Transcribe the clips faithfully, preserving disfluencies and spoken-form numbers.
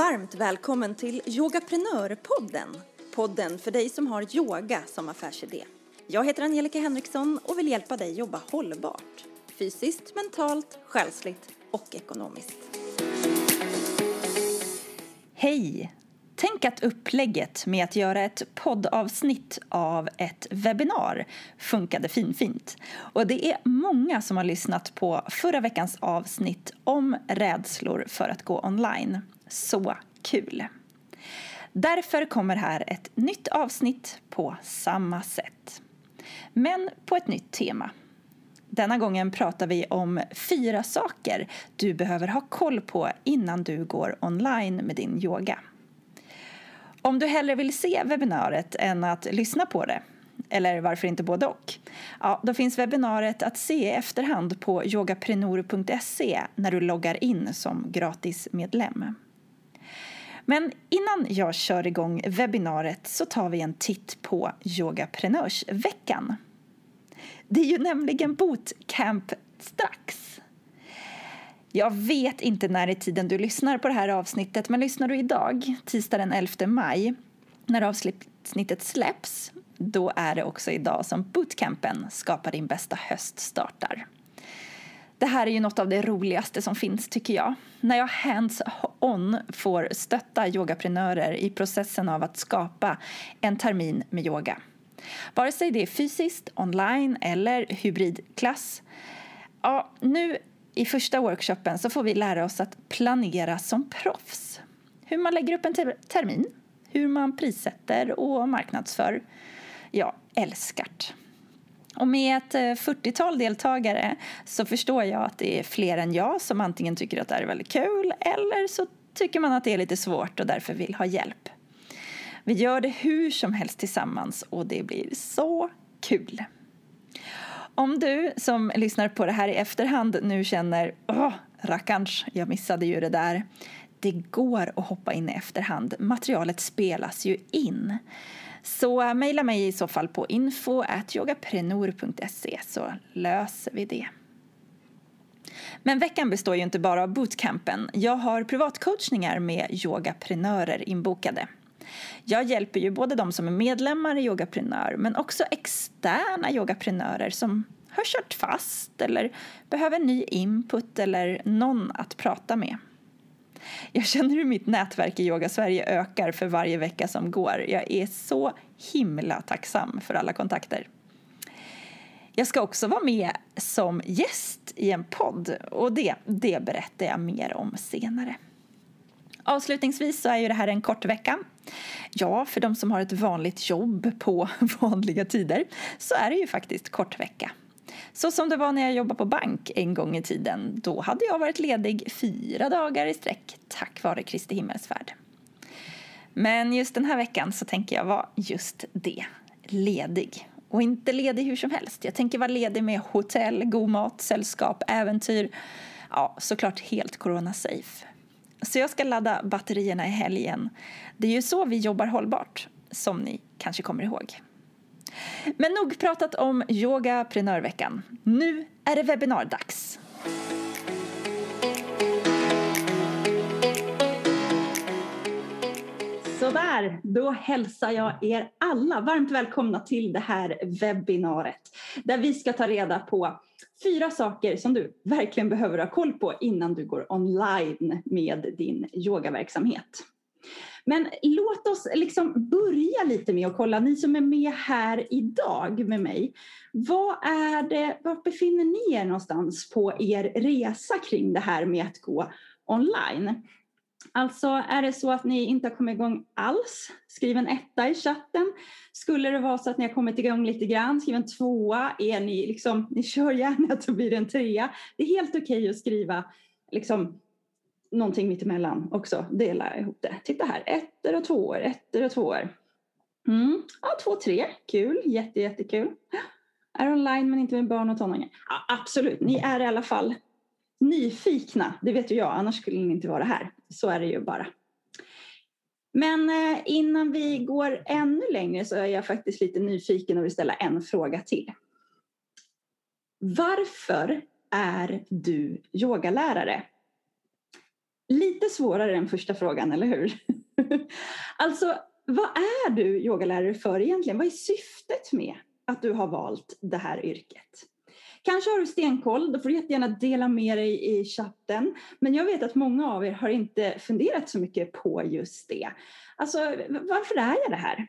Varmt välkommen till Yogaprenörpodden. Podden för dig som har yoga som affärsidé. Jag heter Angelica Henriksson och vill hjälpa dig jobba hållbart. Fysiskt, mentalt, själsligt och ekonomiskt. Hej! Tänk att upplägget med att göra ett poddavsnitt av ett webbinar funkade finfint. Och det är många som har lyssnat på förra veckans avsnitt om rädslor för att gå online. Så kul! Därför kommer här ett nytt avsnitt på samma sätt. Men på ett nytt tema. Denna gången pratar vi om fyra saker du behöver ha koll på innan du går online med din yoga. Om du hellre vill se webbinariet än att lyssna på det, eller varför inte både och, ja, då finns webbinariet att se i efterhand på yogaprenor punkt se när du loggar in som gratismedlem. Men innan jag kör igång webbinariet så tar vi en titt på Yogaprenörsveckan. Det är ju nämligen bootcamp strax. Jag vet inte när i tiden du lyssnar på det här avsnittet, men lyssnar du idag, tisdag den elfte maj, när avsnittet släpps, då är det också idag som bootcampen Skapa din bästa höst startar. Det här är ju något av det roligaste som finns, tycker jag. När jag hands-on får stötta yogaprenörer i processen av att skapa en termin med yoga. Vare sig det är fysiskt, online eller hybridklass. Ja, nu i första workshopen så får vi lära oss att planera som proffs. Hur man lägger upp en ter- termin, hur man prissätter och marknadsför. Jag älskar det. Och med ett fyrtiotal deltagare så förstår jag att det är fler än jag som antingen tycker att det är väldigt kul eller så tycker man att det är lite svårt och därför vill ha hjälp. Vi gör det hur som helst tillsammans och det blir så kul. Om du som lyssnar på det här i efterhand nu känner åh, rackarns, jag missade ju det där. Det går att hoppa in i efterhand. Materialet spelas ju in. Så mejla mig i så fall på info at yogaprenor punkt se så löser vi det. Men veckan består ju inte bara av bootcampen. Jag har privatcoachningar med yogaprenörer inbokade. Jag hjälper ju både de som är medlemmar i Yogaprenör men också externa yogaprenörer som har kört fast eller behöver ny input eller någon att prata med. Jag känner hur mitt nätverk i Yoga Sverige ökar för varje vecka som går. Jag är så himla tacksam för alla kontakter. Jag ska också vara med som gäst i en podd och det, det berättar jag mer om senare. Avslutningsvis så är ju det här en kort vecka. Ja, för de som har ett vanligt jobb på vanliga tider så är det ju faktiskt kort vecka. Så som det var när jag jobbade på bank en gång i tiden, då hade jag varit ledig fyra dagar i sträck tack vare Kristi himmelsfärd. Men just den här veckan så tänker jag vara just det, ledig. Och inte ledig hur som helst. Jag tänker vara ledig med hotell, god mat, sällskap, äventyr. Ja, såklart helt corona-safe. Så jag ska ladda batterierna i helgen. Det är ju så vi jobbar hållbart, som ni kanske kommer ihåg. Men nog pratat om Yogaprenörveckan. Nu är det webbinardags. Så där, då hälsar jag er alla varmt välkomna till det här webbinariet. Där vi ska ta reda på fyra saker som du verkligen behöver ha koll på innan du går online med din yogaverksamhet. Men låt oss liksom börja lite med att kolla, ni som är med här idag med mig. Vad är det, var befinner ni er någonstans på er resa kring det här med att gå online? Alltså är det så att ni inte har kommit igång alls? Skriv en etta i chatten. Skulle det vara så att ni har kommit igång lite grann, skriv en tvåa. Är ni liksom, ni kör gärna att det blir en trea. Det är helt okej att skriva liksom någonting mittemellan också. Dela ihop det. Titta här, ettor och tvåor, ettor och tvåor. Mm. Ja, två, tre. Kul, jätte, jättekul. Är online men inte med barn och tonåringar. Ja, absolut, ni är i alla fall nyfikna, det vet ju jag, annars skulle ni inte vara här. Så är det ju bara. Men eh, innan vi går ännu längre så är jag faktiskt lite nyfiken och vill ställa en fråga till. Varför är du yogalärare? Lite svårare än första frågan, eller hur? Alltså, vad är du yogalärare för egentligen? Vad är syftet med att du har valt det här yrket? Kanske har du stenkoll, då får du jättegärna dela med dig i chatten. Men jag vet att många av er har inte funderat så mycket på just det. Alltså, varför är jag det här?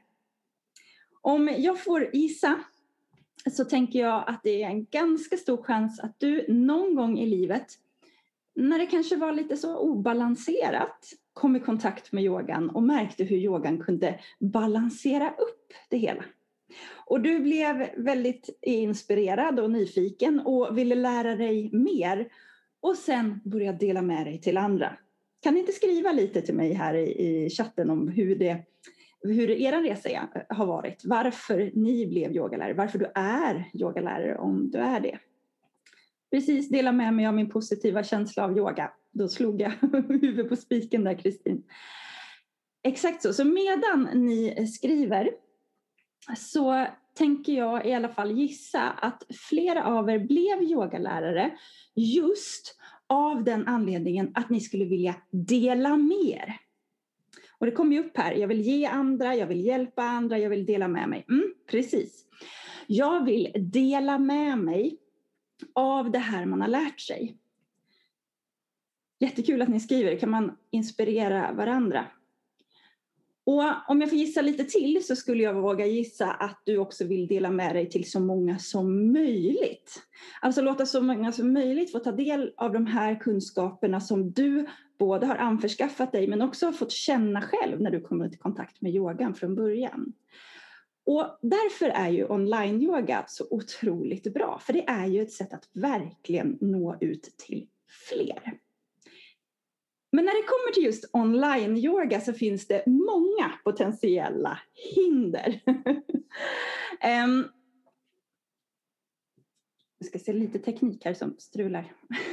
Om jag får gissa så tänker jag att det är en ganska stor chans att du någon gång i livet, när det kanske var lite så obalanserat, kom i kontakt med yogan och märkte hur yogan kunde balansera upp det hela. Och du blev väldigt inspirerad och nyfiken och ville lära dig mer och sen börja dela med dig till andra. Kan ni inte skriva lite till mig här i, i chatten om hur det hur er resa har varit, varför ni blev yogalärare, varför du är yogalärare om du är det. Precis, dela med mig av min positiva känsla av yoga. Då slog jag huvudet på spiken där, Kristin. Exakt så. Så medan ni skriver så tänker jag i alla fall gissa att flera av er blev yogalärare just av den anledningen att ni skulle vilja dela mer. Och det kommer ju upp här. Jag vill ge andra, jag vill hjälpa andra, jag vill dela med mig. Mm, precis. Jag vill dela med mig av det här man har lärt sig. Jättekul att ni skriver. Kan man inspirera varandra? Och om jag får gissa lite till så skulle jag våga gissa att du också vill dela med dig till så många som möjligt. Alltså låta så många som möjligt få ta del av de här kunskaperna som du både har anförskaffat dig men också har fått känna själv när du kommer i kontakt med yogan från början. Och därför är ju online-yoga så otroligt bra. För det är ju ett sätt att verkligen nå ut till fler. Men när det kommer till just online-yoga så finns det många potentiella hinder. um, jag ska se lite teknik här som strular.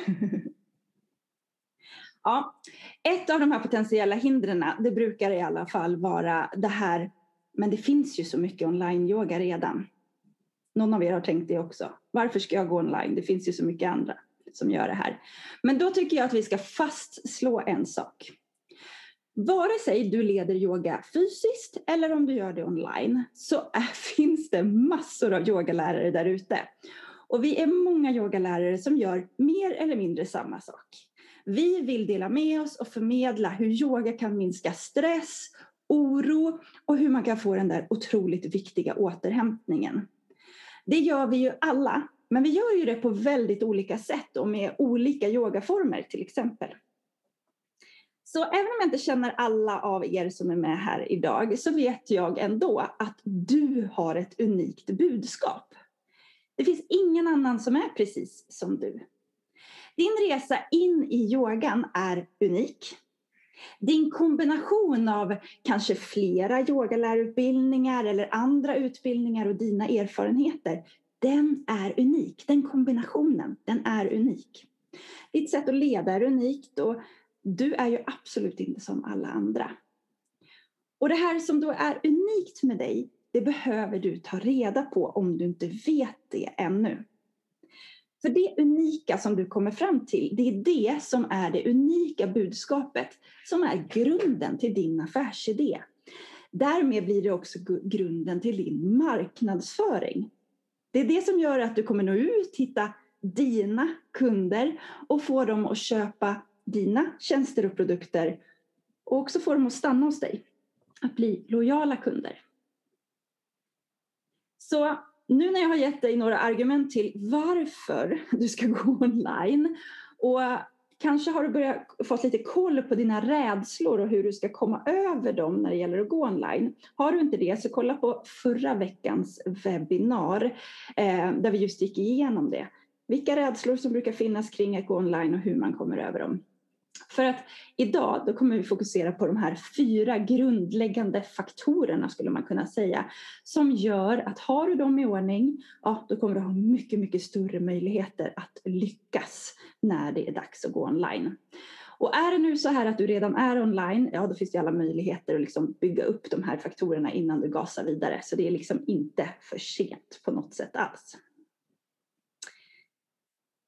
Ja, ett av de här potentiella hindren, det brukar i alla fall vara det här, men det finns ju så mycket online-yoga redan. Någon av er har tänkt det också. Varför ska jag gå online? Det finns ju så mycket andra som gör det här. Men då tycker jag att vi ska fastslå en sak. Vare sig du leder yoga fysiskt eller om du gör det online så är, finns det massor av yogalärare där ute. Och vi är många yogalärare som gör mer eller mindre samma sak. Vi vill dela med oss och förmedla hur yoga kan minska stress, oro och hur man kan få den där otroligt viktiga återhämtningen. Det gör vi ju alla, men vi gör ju det på väldigt olika sätt och med olika yogaformer till exempel. Så även om jag inte känner alla av er som är med här idag så vet jag ändå att du har ett unikt budskap. Det finns ingen annan som är precis som du. Din resa in i yogan är unik. Din kombination av kanske flera yogalärarutbildningar eller andra utbildningar och dina erfarenheter, den är unik. Den kombinationen, den är unik. Ditt sätt att leda är unikt och du är ju absolut inte som alla andra. Och det här som då är unikt med dig, det behöver du ta reda på om du inte vet det ännu. För det unika som du kommer fram till, det är det som är det unika budskapet som är grunden till din affärsidé. Därmed blir det också grunden till din marknadsföring. Det är det som gör att du kommer nå ut, hitta dina kunder och få dem att köpa dina tjänster och produkter och också få dem att stanna hos dig, att bli lojala kunder. Så nu när jag har gett dig några argument till varför du ska gå online och kanske har du börjat fått lite koll på dina rädslor och hur du ska komma över dem när det gäller att gå online. Har du inte det så kolla på förra veckans webbinar eh, där vi just gick igenom det. Vilka rädslor som brukar finnas kring att gå online och hur man kommer över dem. För att idag då kommer vi fokusera på de här fyra grundläggande faktorerna skulle man kunna säga. Som gör att har du dem i ordning, ja, då kommer du ha mycket, mycket större möjligheter att lyckas när det är dags att gå online. Och är det nu så här att du redan är online, ja då finns det alla möjligheter att liksom bygga upp de här faktorerna innan du gasar vidare. Så det är liksom inte för sent på något sätt alls.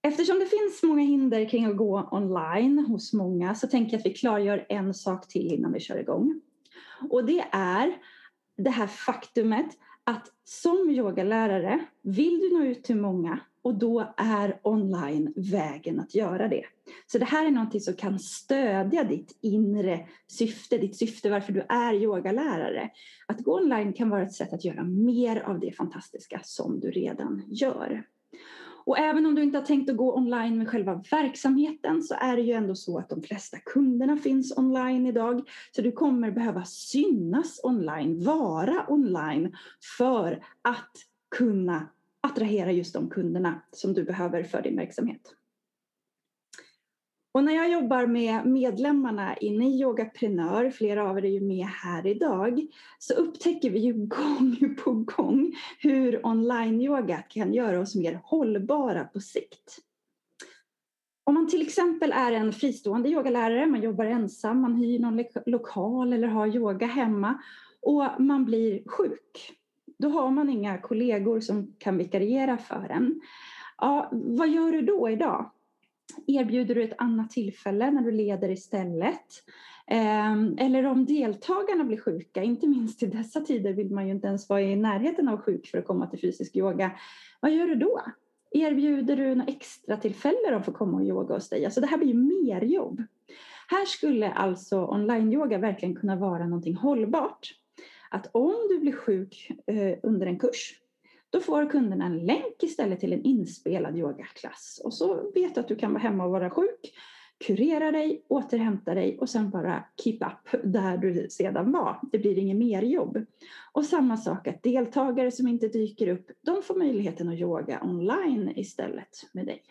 Eftersom det finns många hinder kring att gå online hos många så tänker jag att vi klargör en sak till innan vi kör igång. Och det är det här faktumet att som yogalärare vill du nå ut till många och då är online vägen att göra det. Så det här är någonting som kan stödja ditt inre syfte, ditt syfte varför du är yogalärare. Att gå online kan vara ett sätt att göra mer av det fantastiska som du redan gör. Och även om du inte har tänkt att gå online med själva verksamheten så är det ju ändå så att de flesta kunderna finns online idag. Så du kommer behöva synas online, vara online för att kunna attrahera just de kunderna som du behöver för din verksamhet. Och när jag jobbar med medlemmarna inne i Yogaprenör, flera av er är ju med här idag, så upptäcker vi ju gång på gång hur online-yoga kan göra oss mer hållbara på sikt. Om man till exempel är en fristående yogalärare, man jobbar ensam, man hyr någon lokal eller har yoga hemma och man blir sjuk. Då har man inga kollegor som kan vikariera för en. Ja, vad gör du då idag? Erbjuder du ett annat tillfälle när du leder istället? Eller om deltagarna blir sjuka, inte minst i dessa tider vill man ju inte ens vara i närheten av sjuk för att komma till fysisk yoga. Vad gör du då? Erbjuder du några extra tillfällen de får komma och yoga hos dig? Alltså det här blir ju mer jobb. Här skulle alltså online-yoga verkligen kunna vara någonting hållbart. Att om du blir sjuk under en kurs, då får kunderna en länk istället till en inspelad yogaklass. Och så vet du att du kan vara hemma och vara sjuk, kurera dig, återhämta dig och sen bara keep up där du sedan var. Det blir inget mer jobb. Och samma sak att deltagare som inte dyker upp, de får möjligheten att yoga online istället med dig.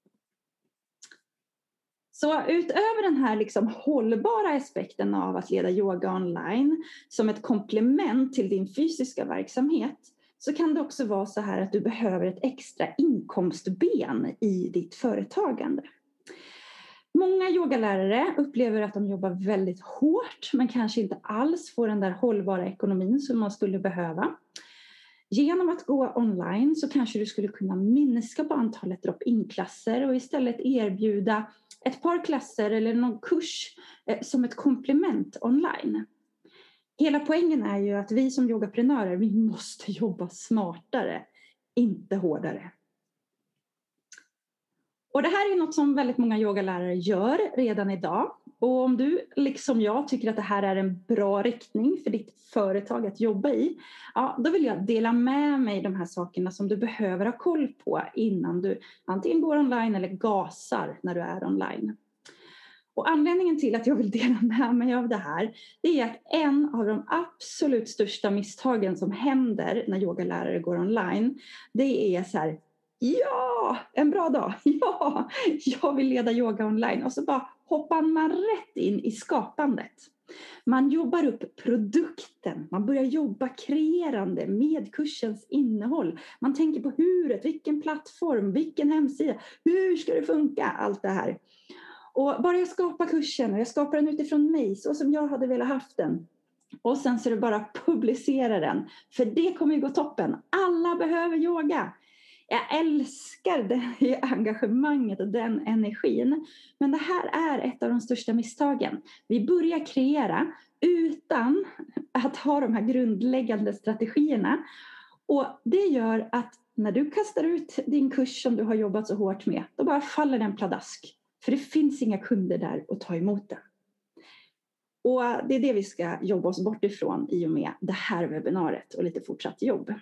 Så utöver den här liksom hållbara aspekten av att leda yoga online som ett komplement till din fysiska verksamhet, så kan det också vara så här att du behöver ett extra inkomstben i ditt företagande. Många yogalärare upplever att de jobbar väldigt hårt men kanske inte alls får den där hållbara ekonomin som man skulle behöva. Genom att gå online så kanske du skulle kunna minska på antalet drop-in-klasser och istället erbjuda ett par klasser eller någon kurs som ett komplement online. Hela poängen är ju att vi som yogaprenörer, vi måste jobba smartare, inte hårdare. Och det här är något som väldigt många yogalärare gör redan idag. Och om du, liksom jag, tycker att det här är en bra riktning för ditt företag att jobba i, ja, då vill jag dela med mig de här sakerna som du behöver ha koll på innan du antingen går online eller gasar när du är online. Och anledningen till att jag vill dela med mig av det här, det är att en av de absolut största misstagen som händer när yogalärare går online, det är så här: ja, en bra dag, ja, jag vill leda yoga online. Och så bara hoppar man rätt in i skapandet. Man jobbar upp produkten, man börjar jobba kreerande med kursens innehåll. Man tänker på huret, vilken plattform, vilken hemsida, hur ska det funka, allt det här. Och bara jag skapar kursen och jag skapar den utifrån mig så som jag hade velat haft den. Och sen så är det bara att publicera den. För det kommer ju gå toppen. Alla behöver yoga. Jag älskar det engagemanget och den energin. Men det här är ett av de största misstagen. Vi börjar kreera utan att ha de här grundläggande strategierna. Och det gör att när du kastar ut din kurs som du har jobbat så hårt med, då bara faller den pladask. För det finns inga kunder där att ta emot den. Och det är det vi ska jobba oss bort ifrån i och med det här webbinariet och lite fortsatt jobb.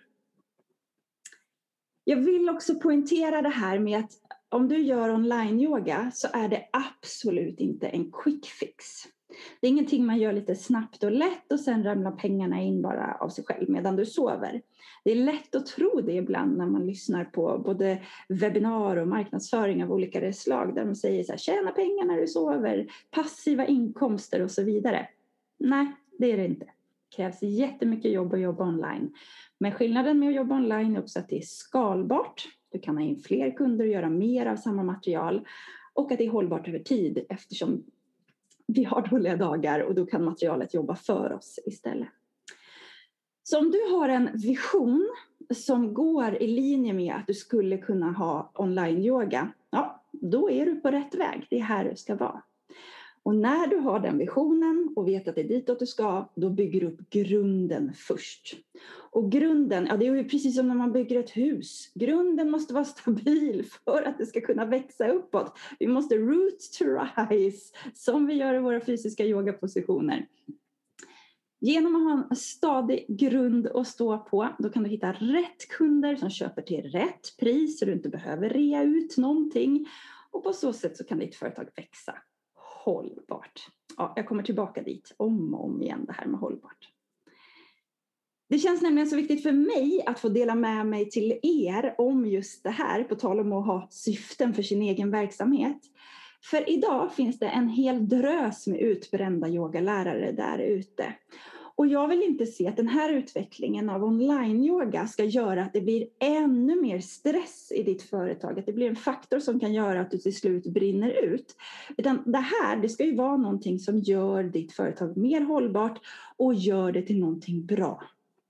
Jag vill också poängtera det här med att om du gör online-yoga så är det absolut inte en quick fix. Det är ingenting man gör lite snabbt och lätt och sen ramlar pengarna in bara av sig själv medan du sover. Det är lätt att tro det ibland när man lyssnar på både webbinar och marknadsföring av olika slag där de säger så här: tjäna pengar när du sover, passiva inkomster och så vidare. Nej, det är det inte. Det krävs jättemycket jobb att jobba online. Men skillnaden med att jobba online är också att det är skalbart. Du kan ha in fler kunder och göra mer av samma material. Och att det är hållbart över tid eftersom vi har dåliga dagar och då kan materialet jobba för oss istället. Så om du har en vision som går i linje med att du skulle kunna ha online-yoga, ja, då är du på rätt väg. Det är här du ska vara. Och när du har den visionen och vet att det är ditåt du ska, då bygger du upp grunden först. Och grunden, ja det är ju precis som när man bygger ett hus. Grunden måste vara stabil för att det ska kunna växa uppåt. Vi måste root to rise, som vi gör i våra fysiska yogapositioner. Genom att ha en stadig grund att stå på, då kan du hitta rätt kunder som köper till rätt pris så du inte behöver rea ut någonting. Och på så sätt så kan ditt företag växa hållbart. Ja, jag kommer tillbaka dit om och om igen, det här med hållbart. Det känns nämligen så viktigt för mig att få dela med mig till er om just det här, på tal om att ha syften för sin egen verksamhet. För idag finns det en hel drös med utbrända yogalärare där ute. Och jag vill inte se att den här utvecklingen av online-yoga ska göra att det blir ännu mer stress i ditt företag. Att det blir en faktor som kan göra att du till slut brinner ut. Utan det här, det ska ju vara någonting som gör ditt företag mer hållbart och gör det till någonting bra.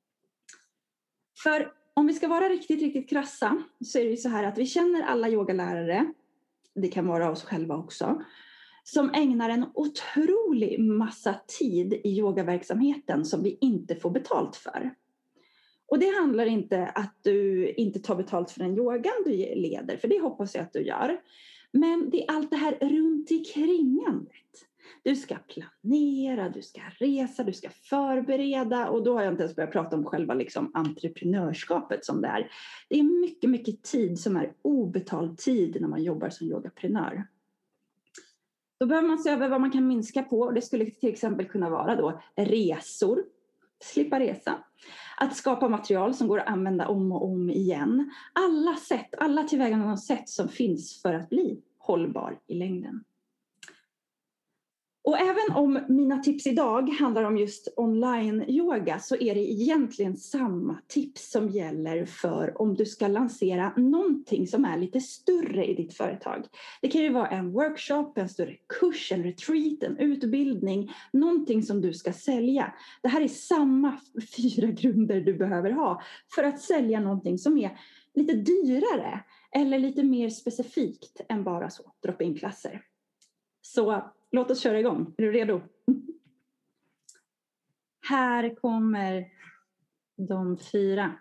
För om vi ska vara riktigt, riktigt krassa så är det ju så här att vi känner alla yogalärare. Det kan vara oss själva också. Som ägnar en otrolig massa tid i yogaverksamheten som vi inte får betalt för. Och det handlar inte att du inte tar betalt för den yogan du leder, för det hoppas jag att du gör. Men det är allt det här runt ikringandet. Du ska planera, du ska resa, du ska förbereda, och då har jag inte ens börjat prata om själva liksom entreprenörskapet som det är. Det är mycket, mycket tid som är obetald tid när man jobbar som yogaprenör. Då behöver man se över vad man kan minska på. Det skulle till exempel kunna vara då resor, slippa resa. Att skapa material som går att använda om och om igen. Alla sätt, alla tillvägagångssätt som finns för att bli hållbar i längden. Och även om mina tips idag handlar om just online-yoga så är det egentligen samma tips som gäller för om du ska lansera någonting som är lite större i ditt företag. Det kan ju vara en workshop, en större kurs, en retreat, en utbildning, någonting som du ska sälja. Det här är samma fyra grunder du behöver ha för att sälja någonting som är lite dyrare eller lite mer specifikt än bara så drop-in-klasser. Så låt oss köra igång. Är du redo? Här kommer de fyra.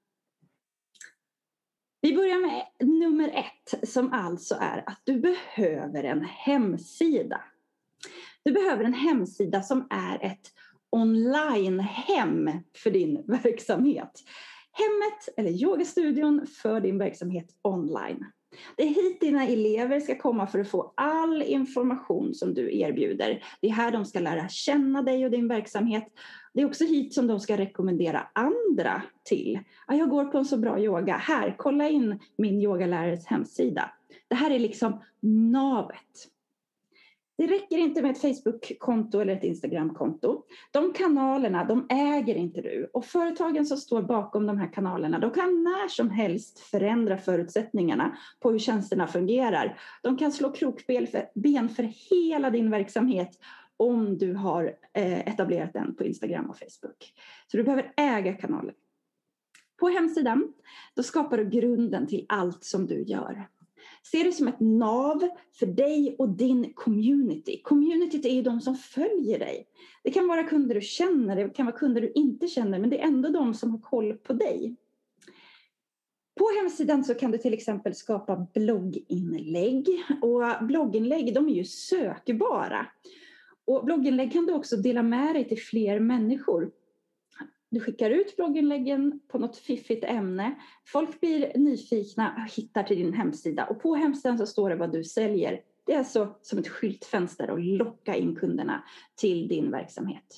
Vi börjar med nummer ett, som alltså är att du behöver en hemsida. Du behöver en hemsida som är ett online-hem för din verksamhet. Hemmet eller yogastudion för din verksamhet online. Det är hit dina elever ska komma för att få all information som du erbjuder. Det är här de ska lära känna dig och din verksamhet. Det är också hit som de ska rekommendera andra till. Jag går på en så bra yoga. Här, kolla in min yogalärares hemsida. Det här är liksom navet. Det räcker inte med ett Facebook-konto eller ett Instagram-konto. De kanalerna, de äger inte du. Och företagen som står bakom de här kanalerna, de kan när som helst förändra förutsättningarna på hur tjänsterna fungerar. De kan slå krokben för, ben för hela din verksamhet om du har eh, etablerat den på Instagram och Facebook. Så du behöver äga kanaler. På hemsidan, då skapar du grunden till allt som du gör. Se det som ett nav för dig och din community. Communityt är ju de som följer dig. Det kan vara kunder du känner, det kan vara kunder du inte känner, men det är ändå de som har koll på dig. På hemsidan så kan du till exempel skapa blogginlägg. Och blogginlägg, de är ju sökbara. Och blogginlägg kan du också dela med dig till fler människor. Du skickar ut blogginläggen på något fiffigt ämne. Folk blir nyfikna och hittar till din hemsida. Och på hemsidan så står det vad du säljer. Det är alltså som ett skyltfönster att locka in kunderna till din verksamhet.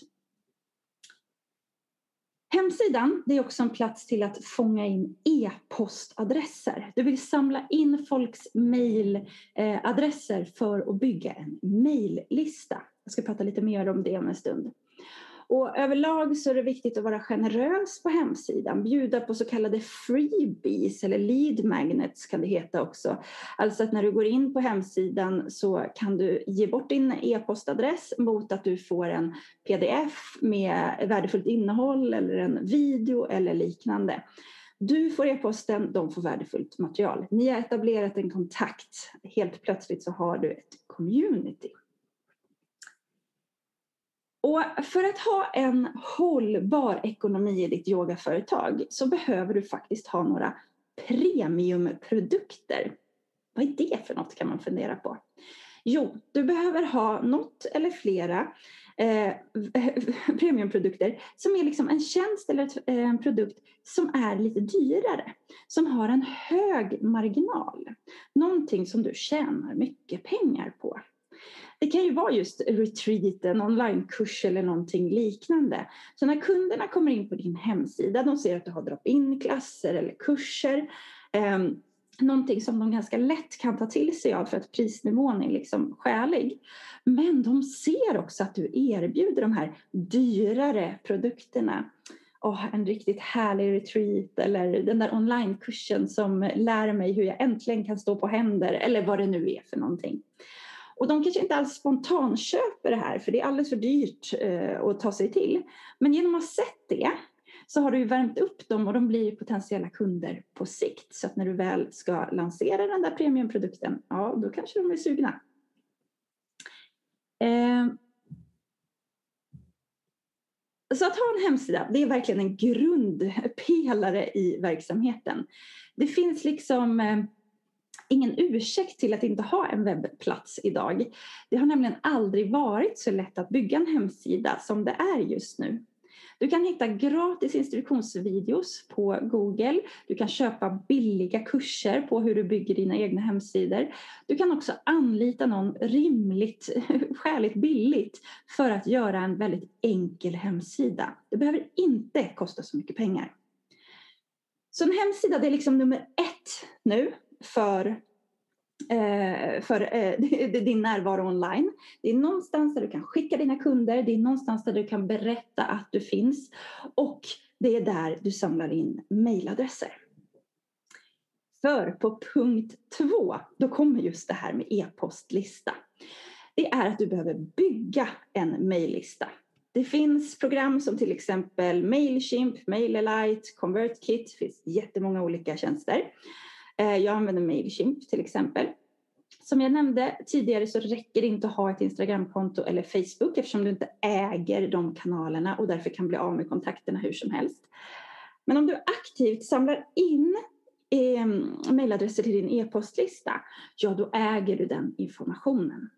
Hemsidan, det är också en plats till att fånga in e-postadresser. Du vill samla in folks mejladresser för att bygga en mejllista. Jag ska prata lite mer om det om en stund. Och överlag så är det viktigt att vara generös på hemsidan. Bjuda på så kallade freebies eller lead magnets kan det heta också. Alltså att när du går in på hemsidan så kan du ge bort din e-postadress mot att du får en pdf med värdefullt innehåll eller en video eller liknande. Du får e-posten, de får värdefullt material. Ni har etablerat en kontakt. Helt plötsligt så har du ett community. Och för att ha en hållbar ekonomi i ditt yogaföretag så behöver du faktiskt ha några premiumprodukter. Vad är det för något, kan man fundera på? Jo, du behöver ha något eller flera eh, premiumprodukter som är liksom en tjänst eller en produkt som är lite dyrare. Som har en hög marginal. Någonting som du tjänar mycket pengar på. Det kan ju vara just retreat, en onlinekurs eller någonting liknande. Så när kunderna kommer in på din hemsida, de ser att du har drop-in klasser eller kurser. Eh, någonting som de ganska lätt kan ta till sig av för att prisnivån är liksom skälig. Men de ser också att du erbjuder de här dyrare produkterna. Oh, en riktigt härlig retreat eller den där onlinekursen som lär mig hur jag äntligen kan stå på händer eller vad det nu är för någonting. Och de kanske inte alls spontanköper det här för det är alldeles för dyrt eh, att ta sig till. Men genom att ha sett det så har du ju värmt upp dem och de blir potentiella kunder på sikt. Så att när du väl ska lansera den där premiumprodukten, ja då kanske de är sugna. Eh, så att ha en hemsida, det är verkligen en grundpelare i verksamheten. Det finns liksom... Eh, ingen ursäkt till att inte ha en webbplats idag. Det har nämligen aldrig varit så lätt att bygga en hemsida som det är just nu. Du kan hitta gratis instruktionsvideos på Google. Du kan köpa billiga kurser på hur du bygger dina egna hemsidor. Du kan också anlita någon rimligt, skäligt billigt för att göra en väldigt enkel hemsida. Det behöver inte kosta så mycket pengar. Så en hemsida, det är liksom nummer ett nu för, eh, för eh, din närvaro online. Det är någonstans där du kan skicka dina kunder. Det är någonstans där du kan berätta att du finns. Och det är där du samlar in mejladresser. För på punkt två, då kommer just det här med e-postlista. Det är att du behöver bygga en mejllista. Det finns program som till exempel Mailchimp, MailerLite, ConvertKit. Det finns jättemånga olika tjänster. Jag använder Mailchimp till exempel. Som jag nämnde tidigare så räcker det inte att ha ett Instagramkonto eller Facebook eftersom du inte äger de kanalerna och därför kan bli av med kontakterna hur som helst. Men om du aktivt samlar in eh, mailadresser till din e-postlista, ja då äger du den informationen.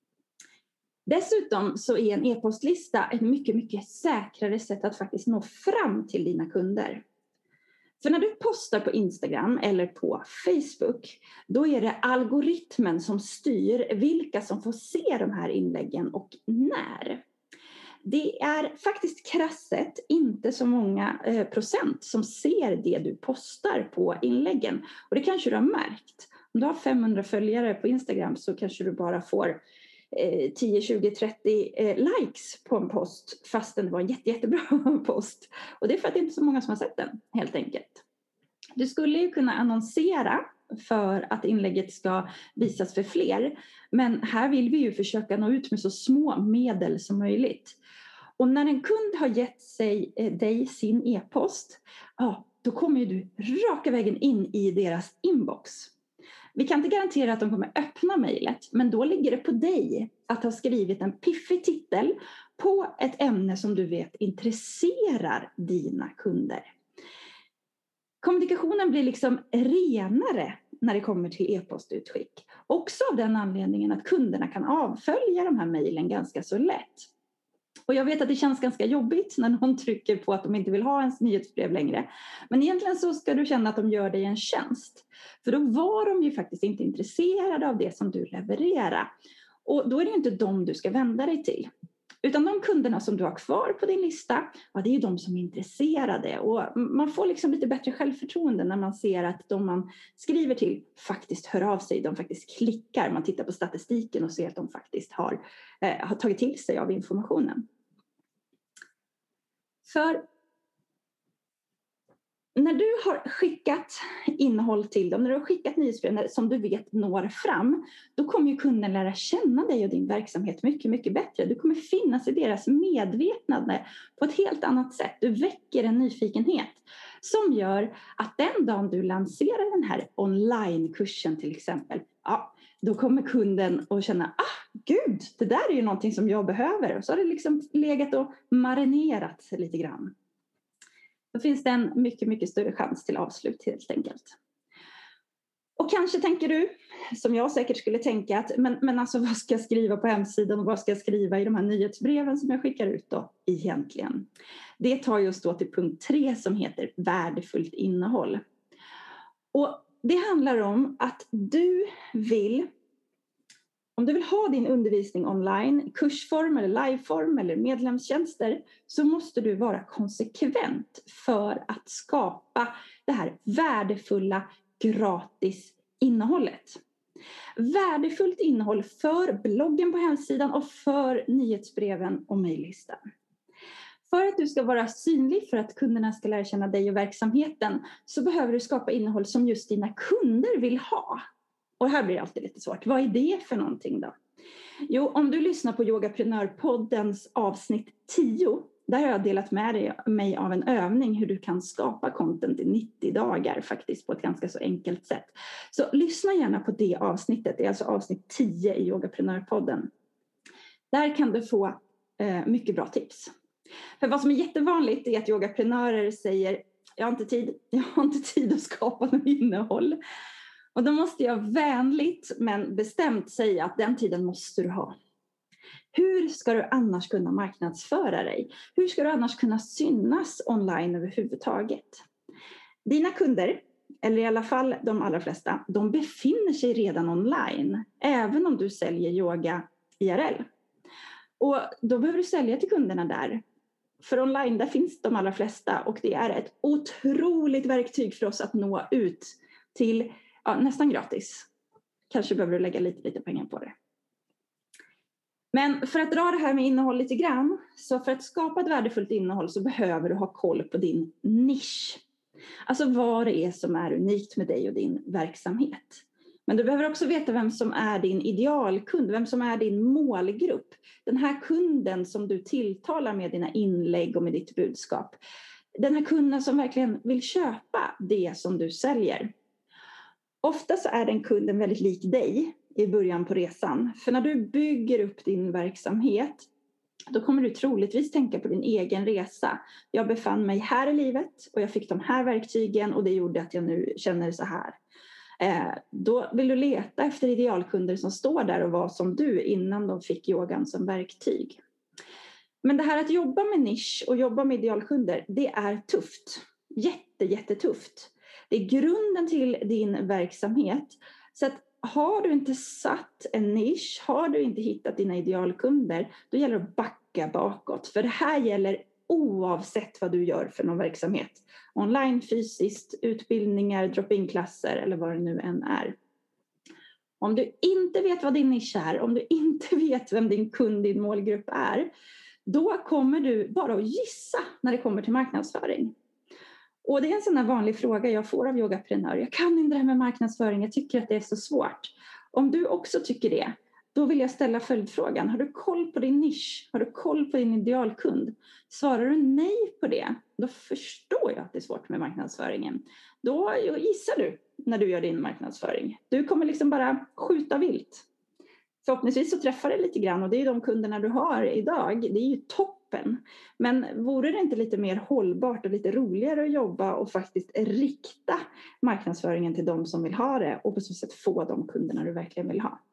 Dessutom så är en e-postlista ett mycket, mycket säkrare sätt att faktiskt nå fram till dina kunder. För när du postar på Instagram eller på Facebook, då är det algoritmen som styr vilka som får se de här inläggen och när. Det är faktiskt krasset inte så många eh, procent som ser det du postar på inläggen. Och det kanske du har märkt. Om du har femhundra följare på Instagram så kanske du bara får tio, tjugo, trettio eh, likes på en post fastän det var en jätte, jättebra post. Och det är för att det inte är så många som har sett den, helt enkelt. Du skulle ju kunna annonsera för att inlägget ska visas för fler. Men här vill vi ju försöka nå ut med så små medel som möjligt. Och när en kund har gett sig, eh, dig sin e-post, ja, då kommer ju du raka vägen in i deras inbox. Vi kan inte garantera att de kommer öppna mejlet, men då ligger det på dig att ha skrivit en piffig titel på ett ämne som du vet intresserar dina kunder. Kommunikationen blir liksom renare när det kommer till e-postutskick. Också av den anledningen att kunderna kan avfölja de här mejlen ganska så lätt. Och jag vet att det känns ganska jobbigt när någon trycker på att de inte vill ha ens nyhetsbrev längre. Men egentligen så ska du känna att de gör dig en tjänst. För då var de ju faktiskt inte intresserade av det som du levererar. Och då är det ju inte dem du ska vända dig till. Utan de kunderna som du har kvar på din lista, ja, det är ju de som är intresserade. Och man får liksom lite bättre självförtroende när man ser att de man skriver till faktiskt hör av sig. De faktiskt klickar. Man tittar på statistiken och ser att de faktiskt har, eh, har tagit till sig av informationen. För När du har skickat innehåll till dem, när du har skickat nyhetsbrev som du vet når fram, då kommer ju kunden lära känna dig och din verksamhet mycket, mycket bättre. Du kommer finnas i deras medvetande på ett helt annat sätt. Du väcker en nyfikenhet som gör att den dagen du lanserar den här onlinekursen till exempel, ja, då kommer kunden att känna, ah, gud, det där är ju någonting som jag behöver. Och så har det liksom legat och marinerat lite grann. Då finns det en mycket, mycket större chans till avslut helt enkelt. Och kanske tänker du, som jag säkert skulle tänka, att men, men alltså vad ska jag skriva på hemsidan och vad ska jag skriva i de här nyhetsbreven som jag skickar ut då egentligen? Det tar just då till punkt tre som heter värdefullt innehåll. Och det handlar om att du vill, om du vill ha din undervisning online, kursform eller liveform eller medlemstjänster, så måste du vara konsekvent för att skapa det här värdefulla gratis innehållet. Värdefullt innehåll för bloggen på hemsidan och för nyhetsbreven och mejllistan. För att du ska vara synlig, för att kunderna ska lära känna dig och verksamheten, så behöver du skapa innehåll som just dina kunder vill ha. Och här blir det alltid lite svårt. Vad är det för någonting då? Jo, om du lyssnar på Yogaprenörpoddens avsnitt tio, där har jag delat med mig av en övning hur du kan skapa content i nittio dagar faktiskt på ett ganska så enkelt sätt. Så lyssna gärna på det avsnittet, det är alltså avsnitt tio i Yogaprenörpodden. Där kan du få eh, mycket bra tips. För vad som är jättevanligt är att yogaprenörer säger, jag har inte tid, jag har inte tid att skapa något innehåll. Och då måste jag vänligt men bestämt säga att den tiden måste du ha. Hur ska du annars kunna marknadsföra dig? Hur ska du annars kunna synas online överhuvudtaget? Dina kunder, eller i alla fall de allra flesta, de befinner sig redan online. Även om du säljer yoga I R L. Och då behöver du sälja till kunderna där. För online, där finns de allra flesta. Och det är ett otroligt verktyg för oss att nå ut till, ja, nästan gratis. Kanske behöver du lägga lite, lite pengar på det. Men för att dra det här med innehåll lite grann. Så för att skapa ett värdefullt innehåll så behöver du ha koll på din nisch. Alltså vad det är som är unikt med dig och din verksamhet. Men du behöver också veta vem som är din idealkund, vem som är din målgrupp. Den här kunden som du tilltalar med dina inlägg och med ditt budskap. Den här kunden som verkligen vill köpa det som du säljer. Ofta så är den kunden väldigt lik dig i början på resan. För när du bygger upp din verksamhet, då kommer du troligtvis tänka på din egen resa. Jag befann mig här i livet och jag fick de här verktygen och det gjorde att jag nu känner så här. Eh, då vill du leta efter idealkunder som står där och var som du innan de fick yogan som verktyg. Men det här att jobba med nisch och jobba med idealkunder, det är tufft. Jätte, jättetufft. Det är grunden till din verksamhet. Så att har du inte satt en nisch, har du inte hittat dina idealkunder, då gäller det att backa bakåt. För det här gäller oavsett vad du gör för någon verksamhet. Online, fysiskt, utbildningar, drop-in-klasser eller vad det nu än är. Om du inte vet vad din nisch är, om du inte vet vem din kund, din målgrupp är, då kommer du bara att gissa när det kommer till marknadsföring. Och det är en sån här vanlig fråga jag får av yogaprenörer. Jag kan inte det här med marknadsföring, jag tycker att det är så svårt. Om du också tycker det, då vill jag ställa följdfrågan. Har du koll på din nisch? Har du koll på din idealkund? Svarar du nej på det, då förstår jag att det är svårt med marknadsföringen. Då gissar du när du gör din marknadsföring. Du kommer liksom bara skjuta vilt. Förhoppningsvis så träffar det lite grann och det är de kunderna du har idag. Det är ju toppen. Men vore det inte lite mer hållbart och lite roligare att jobba och faktiskt rikta marknadsföringen till de som vill ha det och på så sätt få de kunderna du verkligen vill ha?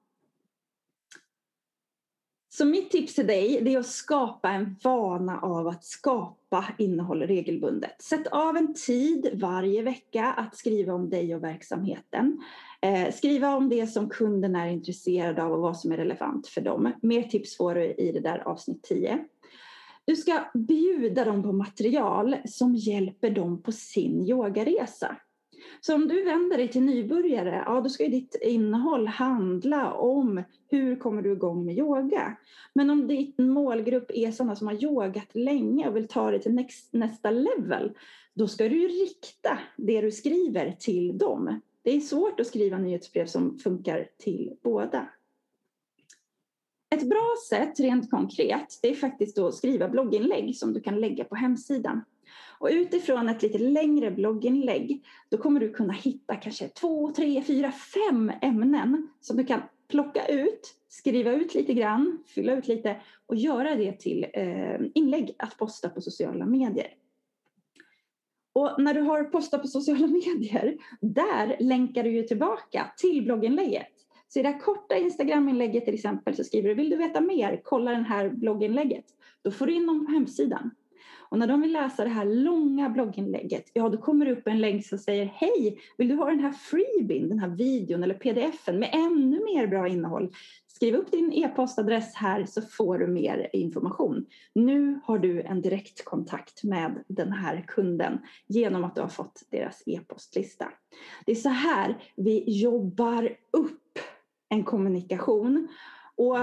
Så mitt tips till dig är att skapa en vana av att skapa innehåll regelbundet. Sätt av en tid varje vecka att skriva om dig och verksamheten. Eh, skriva om det som kunden är intresserad av och vad som är relevant för dem. Mer tips får du i det där avsnitt tio. Du ska bjuda dem på material som hjälper dem på sin yogaresa. Så om du vänder dig till nybörjare, ja då ska ju ditt innehåll handla om hur kommer du igång med yoga. Men om din målgrupp är sådana som har yogat länge och vill ta det till next, nästa level, då ska du ju rikta det du skriver till dem. Det är svårt att skriva nyhetsbrev som funkar till båda. Ett bra sätt rent konkret, det är faktiskt att skriva blogginlägg som du kan lägga på hemsidan. Och utifrån ett lite längre blogginlägg, då kommer du kunna hitta kanske två, tre, fyra, fem ämnen som du kan plocka ut, skriva ut lite grann, fylla ut lite och göra det till eh, inlägg att posta på sociala medier. Och när du har postat på sociala medier, där länkar du ju tillbaka till blogginlägget. Så i det här korta Instagram-inlägget till exempel så skriver du, vill du veta mer, kolla den här blogginlägget. Då får du in dem på hemsidan. Och när de vill läsa det här långa blogginlägget, ja då kommer det upp en länk som säger, hej, vill du ha den här freebien, den här videon eller pdf-en med ännu mer bra innehåll? Skriv upp din e-postadress här så får du mer information. Nu har du en direkt kontakt med den här kunden genom att du har fått deras e-postlista. Det är så här vi jobbar upp en kommunikation. Och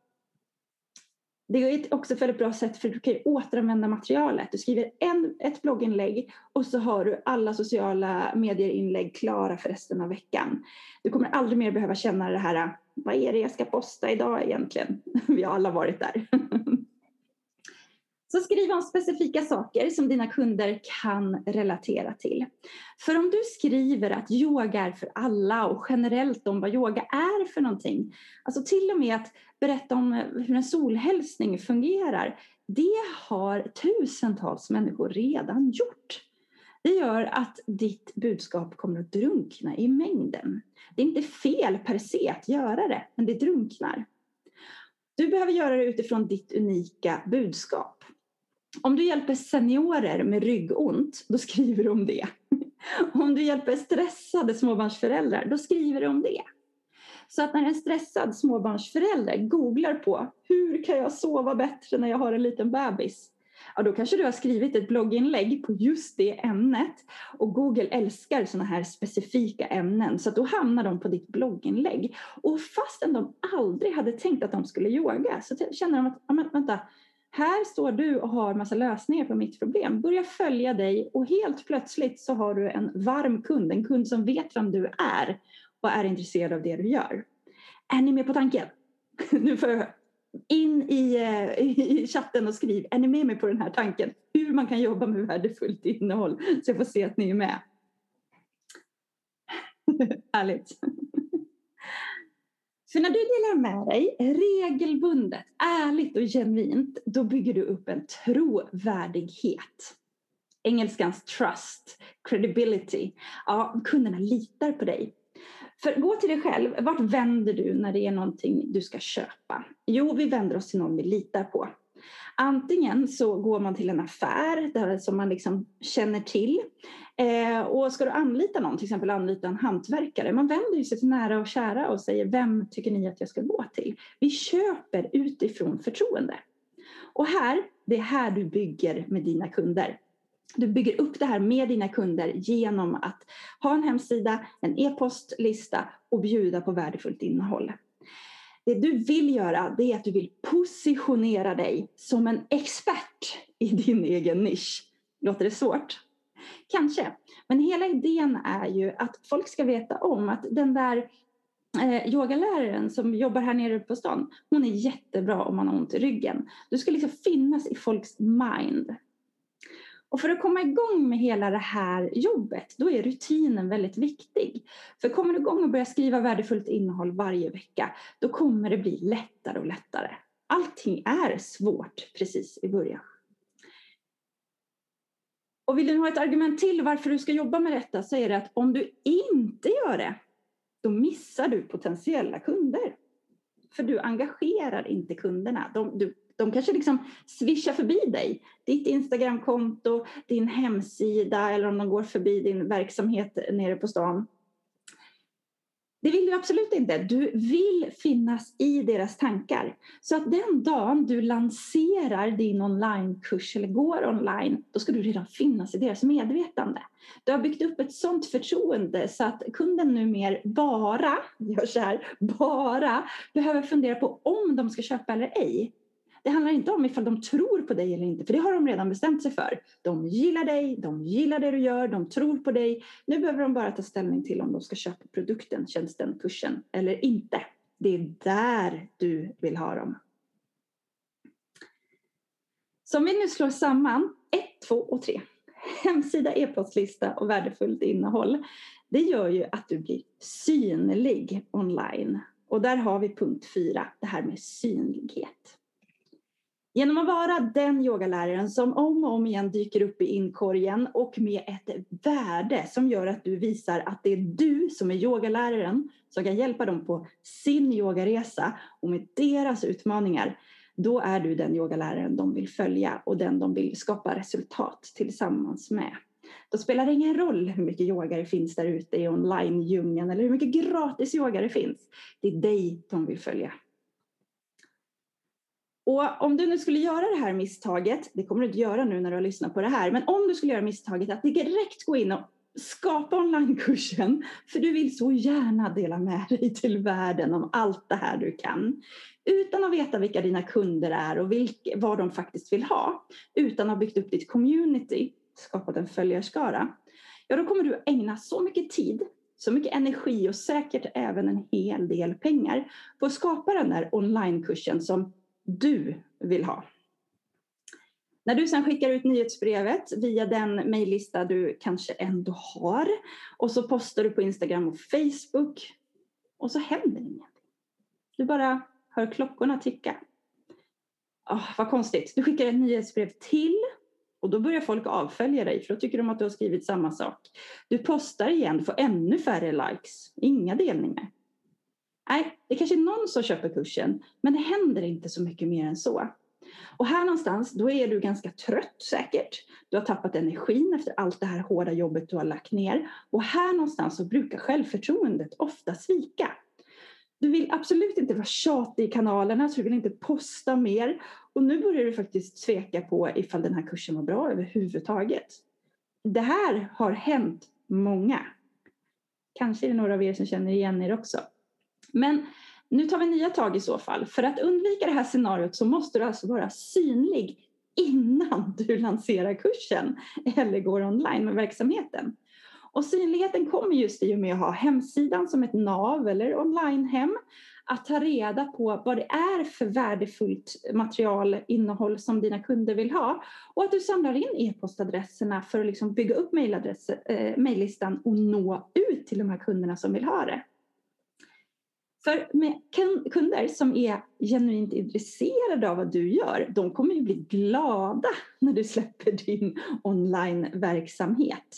det är också ett väldigt bra sätt för du kan ju återanvända materialet. Du skriver en, ett blogginlägg och så har du alla sociala medierinlägg klara för resten av veckan. Du kommer aldrig mer behöva känna det här, vad är det jag ska posta idag egentligen? Vi har alla varit där. Så skriv om specifika saker som dina kunder kan relatera till. För om du skriver att yoga är för alla och generellt om vad yoga är för någonting. Alltså till och med att berätta om hur en solhälsning fungerar. Det har tusentals människor redan gjort. Det gör att ditt budskap kommer att drunkna i mängden. Det är inte fel per se att göra det, men det drunknar. Du behöver göra det utifrån ditt unika budskap. Om du hjälper seniorer med ryggont, då skriver du om det. Om du hjälper stressade småbarnsföräldrar, då skriver du om det. Så att när en stressad småbarnsförälder googlar på hur kan jag sova bättre när jag har en liten bebis? Ja, då kanske du har skrivit ett blogginlägg på just det ämnet. Och Google älskar sådana här specifika ämnen. Så att då hamnar de på ditt blogginlägg. Och fastän de aldrig hade tänkt att de skulle yoga så känner de att, ja, vänta, här står du och har massa lösningar på mitt problem. Börja följa dig och helt plötsligt så har du en varm kund. En kund som vet vem du är och är intresserad av det du gör. Är ni med på tanken? Nu får jag in i, i chatten och skriv. Är ni med mig på den här tanken? Hur man kan jobba med värdefullt innehåll. Så jag får se att ni är med. Härligt. För när du delar med dig regelbundet, ärligt och genuint, då bygger du upp en trovärdighet. Engelskans trust, credibility. Ja, kunderna litar på dig. För gå till dig själv, vart vänder du när det är någonting du ska köpa? Jo, vi vänder oss till någon vi litar på. Antingen så går man till en affär där, som man liksom känner till. Eh, och ska du anlita någon, till exempel anlita en hantverkare. Man vänder sig till nära och kära och säger, vem tycker ni att jag ska gå till? Vi köper utifrån förtroende. Och här, det är här du bygger med dina kunder. Du bygger upp det här med dina kunder genom att ha en hemsida, en e-postlista och bjuda på värdefullt innehåll. Det du vill göra, det är att du vill positionera dig som en expert i din egen nisch. Låter det svårt? Kanske. Men hela idén är ju att folk ska veta om att den där eh, yogaläraren som jobbar här nere på stan, hon är jättebra om man har ont i ryggen. Du ska liksom finnas i folks mind. Och för att komma igång med hela det här jobbet, då är rutinen väldigt viktig. För kommer du igång och börjar skriva värdefullt innehåll varje vecka, då kommer det bli lättare och lättare. Allting är svårt precis i början. Och vill du ha ett argument till varför du ska jobba med detta, så är det att om du inte gör det, då missar du potentiella kunder. För du engagerar inte kunderna. De, du, de kanske liksom swishar förbi dig. Ditt Instagramkonto, din hemsida eller om de går förbi din verksamhet nere på stan. Det vill du absolut inte. Du vill finnas i deras tankar. Så att den dagen du lanserar din onlinekurs eller går online, då ska du redan finnas i deras medvetande. Du har byggt upp ett sånt förtroende så att kunden nu mer bara, gör så här, bara behöver fundera på om de ska köpa eller ej. Det handlar inte om ifall de tror på dig eller inte, för det har de redan bestämt sig för. De gillar dig, de gillar det du gör, de tror på dig. Nu behöver de bara ta ställning till om de ska köpa produkten, tjänsten, kursen eller inte. Det är där du vill ha dem. Så om vi nu slår samman ett, två och tre. Hemsida, e-postlista och värdefullt innehåll. Det gör ju att du blir synlig online. Och där har vi punkt fyra, det här med synlighet. Genom att vara den yogaläraren som om och om igen dyker upp i inkorgen och med ett värde som gör att du visar att det är du som är yogaläraren som kan hjälpa dem på sin yogaresa och med deras utmaningar, då är du den yogaläraren de vill följa och den de vill skapa resultat tillsammans med. Då spelar det ingen roll hur mycket yoga det finns där ute i online-djungeln eller hur mycket gratis yoga det finns. Det är dig de vill följa. Och om du nu skulle göra det här misstaget, det kommer du inte göra nu när du har lyssnat på det här, men om du skulle göra misstaget att direkt gå in och skapa onlinekursen, för du vill så gärna dela med dig till världen om allt det här du kan, utan att veta vilka dina kunder är och vilka, vad de faktiskt vill ha, utan att ha byggt upp ditt community, skapat en följarskara, ja då kommer du ägna så mycket tid, så mycket energi och säkert även en hel del pengar på att skapa den där onlinekursen som du vill ha. När du sedan skickar ut nyhetsbrevet via den mejllista du kanske ändå har och så postar du på Instagram och Facebook och så händer ingenting. Du bara hör klockorna ticka. Oh, vad konstigt. Du skickar ett nyhetsbrev till och då börjar folk avfölja dig för då tycker de att du har skrivit samma sak. Du postar igen, får ännu färre likes, inga delningar. Nej, det kanske är någon som köper kursen, men det händer inte så mycket mer än så. Och här någonstans, då är du ganska trött säkert. Du har tappat energin efter allt det här hårda jobbet du har lagt ner. Och här någonstans så brukar självförtroendet ofta svika. Du vill absolut inte vara tjatig i kanalerna, så du vill inte posta mer. Och nu börjar du faktiskt tveka på ifall den här kursen var bra överhuvudtaget. Det här har hänt många. Kanske är det några av er som känner igen er också. Men nu tar vi nya tag i så fall. För att undvika det här scenariot så måste du alltså vara synlig innan du lanserar kursen eller går online med verksamheten. Och synligheten kommer just i och med att ha hemsidan som ett nav eller onlinehem. Att ta reda på vad det är för värdefullt material, innehåll som dina kunder vill ha. Och att du samlar in e-postadresserna för att liksom bygga upp eh, mejllistan och nå ut till de här kunderna som vill ha det. För med kunder som är genuint intresserade av vad du gör, de kommer ju bli glada när du släpper din online-verksamhet.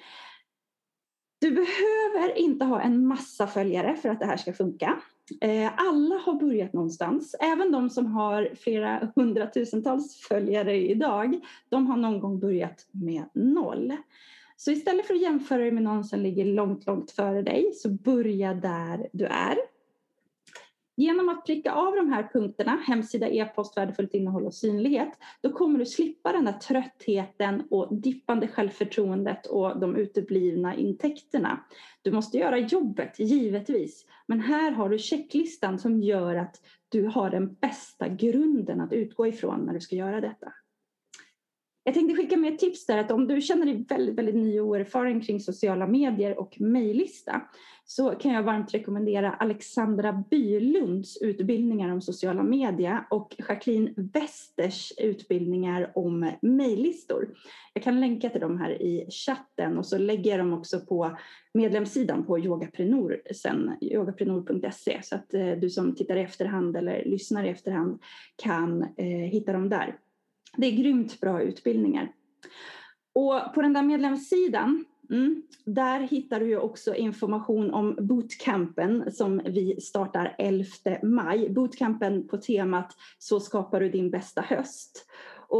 Du behöver inte ha en massa följare för att det här ska funka. Alla har börjat någonstans. Även de som har flera hundratusentals följare idag, de har någon gång börjat med noll. Så istället för att jämföra dig med någon som ligger långt, långt före dig, så börja där du är. Genom att pricka av de här punkterna, hemsida, e-post, värdefullt innehåll och synlighet, då kommer du slippa den där tröttheten och dippande självförtroendet och de uteblivna intäkterna. Du måste göra jobbet, givetvis. Men här har du checklistan som gör att du har den bästa grunden att utgå ifrån när du ska göra detta. Jag tänkte skicka med ett tips där att om du känner dig väldigt, väldigt ny och oerfaren kring sociala medier och mejllista, så kan jag varmt rekommendera Alexandra Bylunds utbildningar om sociala medier och Jacqueline Westers utbildningar om mejllistor. Jag kan länka till dem här i chatten och så lägger jag dem också på medlemssidan på Yogaprenor sen, yogaprenor punkt se, så att eh, du som tittar i efterhand eller lyssnar i efterhand kan eh, hitta dem där. Det är grymt bra utbildningar. Och på den där medlemssidan, mm, där hittar du ju också information om bootcampen som vi startar elfte maj. Bootcampen på temat Så skapar du din bästa höst. Och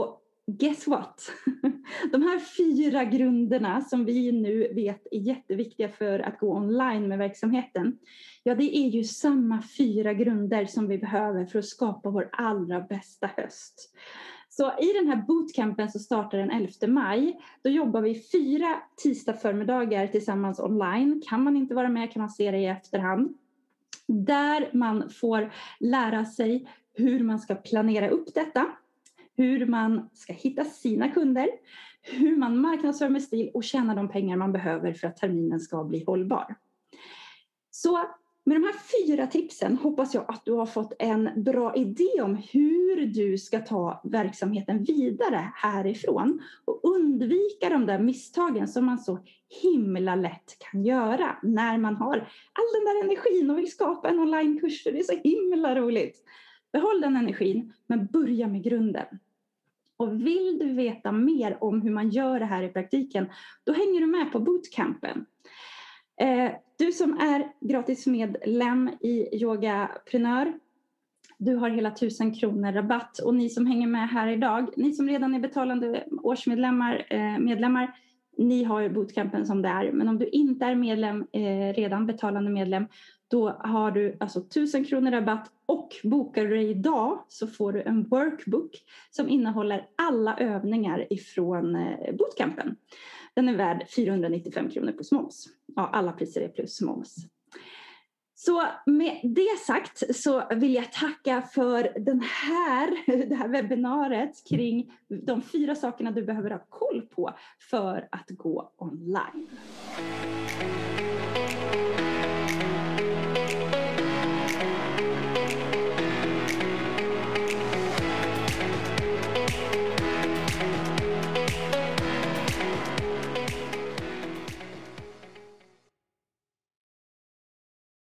guess what? De här fyra grunderna som vi nu vet är jätteviktiga för att gå online med verksamheten. Ja, det är ju samma fyra grunder som vi behöver för att skapa vår allra bästa höst. Så i den här bootcampen så startar den elfte maj. Då jobbar vi fyra tisdag förmiddagar tillsammans online. Kan man inte vara med kan man se det i efterhand. Där man får lära sig hur man ska planera upp detta. Hur man ska hitta sina kunder. Hur man marknadsför med stil och tjäna de pengar man behöver för att terminen ska bli hållbar. Så med de här fyra tipsen hoppas jag att du har fått en bra idé om hur du ska ta verksamheten vidare härifrån. Och undvika de där misstagen som man så himla lätt kan göra när man har all den där energin och vill skapa en onlinekurs. För det är så himla roligt. Behåll den energin men börja med grunden. Och vill du veta mer om hur man gör det här i praktiken, då hänger du med på bootcampen. Du som är gratis medlem i Yogaprenör, du har hela tusen kronor rabatt. Och ni som hänger med här idag, ni som redan är betalande årsmedlemmar, medlemmar, ni har bootcampen som det är. Men om du inte är medlem, redan betalande medlem, då har du alltså tusen kronor rabatt. Och bokar du dig idag så får du en workbook som innehåller alla övningar ifrån bootcampen. Den är värd fyrahundranittiofem kronor plus moms. Ja, alla priser är plus moms. Så med det sagt så vill jag tacka för den här, det här webbinariet kring de fyra sakerna du behöver ha koll på för att gå online.